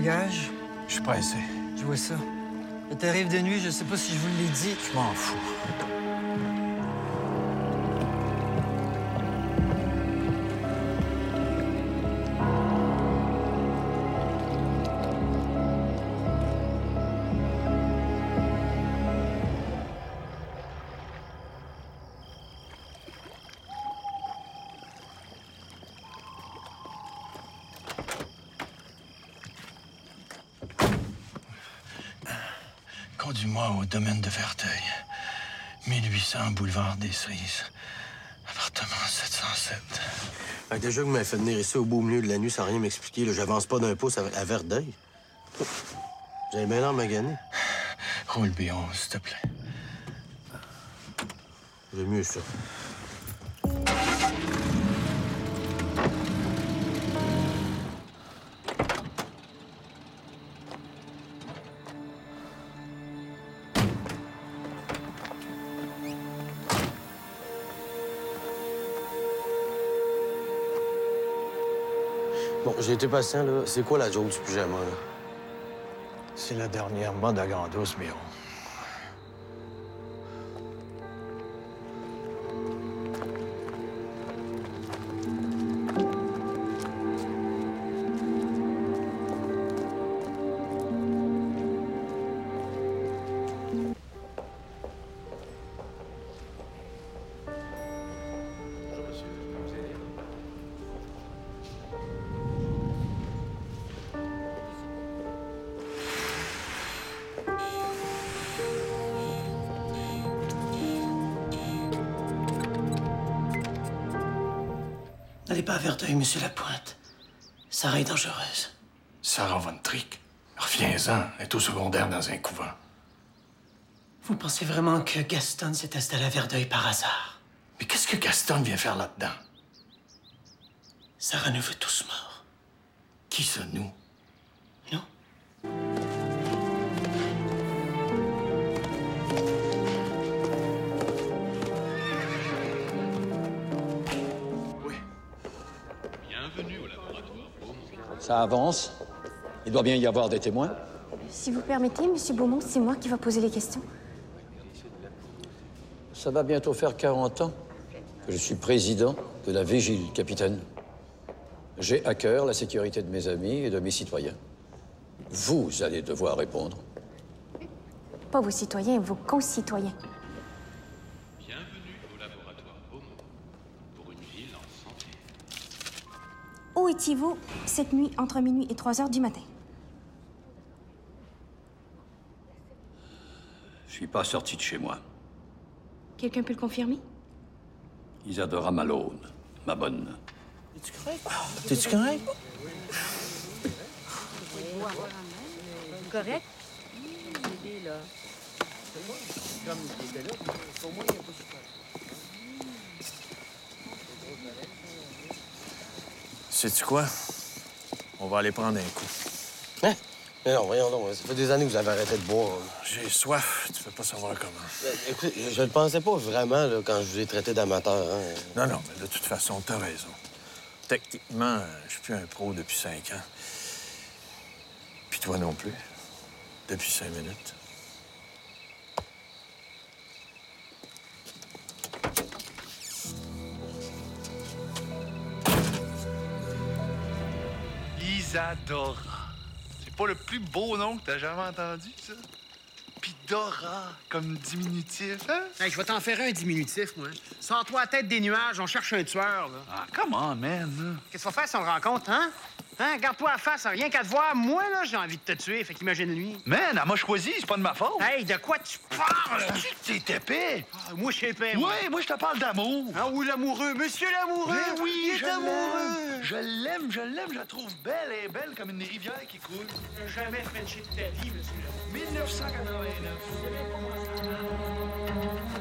bagages? Je suis pressé. Je vois ça. Le tarif de nuit, je sais pas si je vous l'ai dit. Je m'en fous. Conduis-moi au domaine de Verteuil. 1800 boulevard des Cerises. Appartement 707. Déjà que vous m'avez fait venir ici au beau milieu de la nuit sans rien m'expliquer, là, j'avance pas d'un pouce à Verdeuil. J'avais bien l'air magané. Roule B11, s'il te plaît. J'ai mieux ça. Bon, j'ai été patient, là. C'est quoi la joke du pyjama, là? C'est la dernière mode à Grandos, Biron. N'allez pas à Verdeuil, Monsieur Lapointe. Sarah est dangereuse. Sarah Von Trick. Reviens-en. Elle est au secondaire dans un couvent. Vous pensez vraiment que Gaston s'est installé à Verdeuil par hasard? Mais qu'est-ce que Gaston vient faire là-dedans? Sarah nous veut tous morts. Qui ça, nous? Nous? Ça avance. Il doit bien y avoir des témoins. Si vous permettez, Monsieur Beaumont, c'est moi qui va poser les questions. Ça va bientôt faire 40 ans que je suis président de la Vigile, capitaine. J'ai à cœur la sécurité de mes amis et de mes citoyens. Vous allez devoir répondre. Pas vos citoyens, vos concitoyens. Bienvenue au laboratoire Beaumont pour une ville en santé. Où étiez-vous cette nuit entre minuit et 3 heures du matin? Je suis pas sorti de chez moi. Quelqu'un peut le confirmer? Isadora Malone, ma bonne. T'es-tu correct? Correct? Sais-tu quoi? On va aller prendre un coup. Hein? Mais non, voyons donc. Ça fait des années que vous avez arrêté de boire. J'ai soif. Tu peux pas savoir comment. Écoutez, je ne pensais pas vraiment là, quand je vous ai traité d'amateur. Hein. Non, mais de toute façon, t'as raison. Techniquement, je suis plus un pro depuis 5 ans. Puis toi non plus. Depuis 5 minutes. Isadora. C'est pas le plus beau nom que t'as jamais entendu, ça? Puis Dora, comme diminutif, hein? Hey, je vais t'en faire un diminutif, moi. Sors-toi la tête des nuages, on cherche un tueur, là. Ah, come on, man. Qu'est-ce qu'on va faire si on le rencontre, hein? Hein? Garde-toi à face, rien qu'à te voir. Moi, là, j'ai envie de te tuer, fait qu'imagine lui. Man, elle m'a choisi, c'est pas de ma faute. Hey, de quoi tu parles? T'es épais. Ah, moi, je suis épais, moi. Ouais, moi, je te parle d'amour. Ah oui, l'amoureux. Monsieur l'amoureux. Ben oui, il je est amoureux. l'aime. Je l'aime, je la trouve belle et belle comme une rivière qui coule. Tu n'as jamais frenché de ta vie, monsieur. 1989.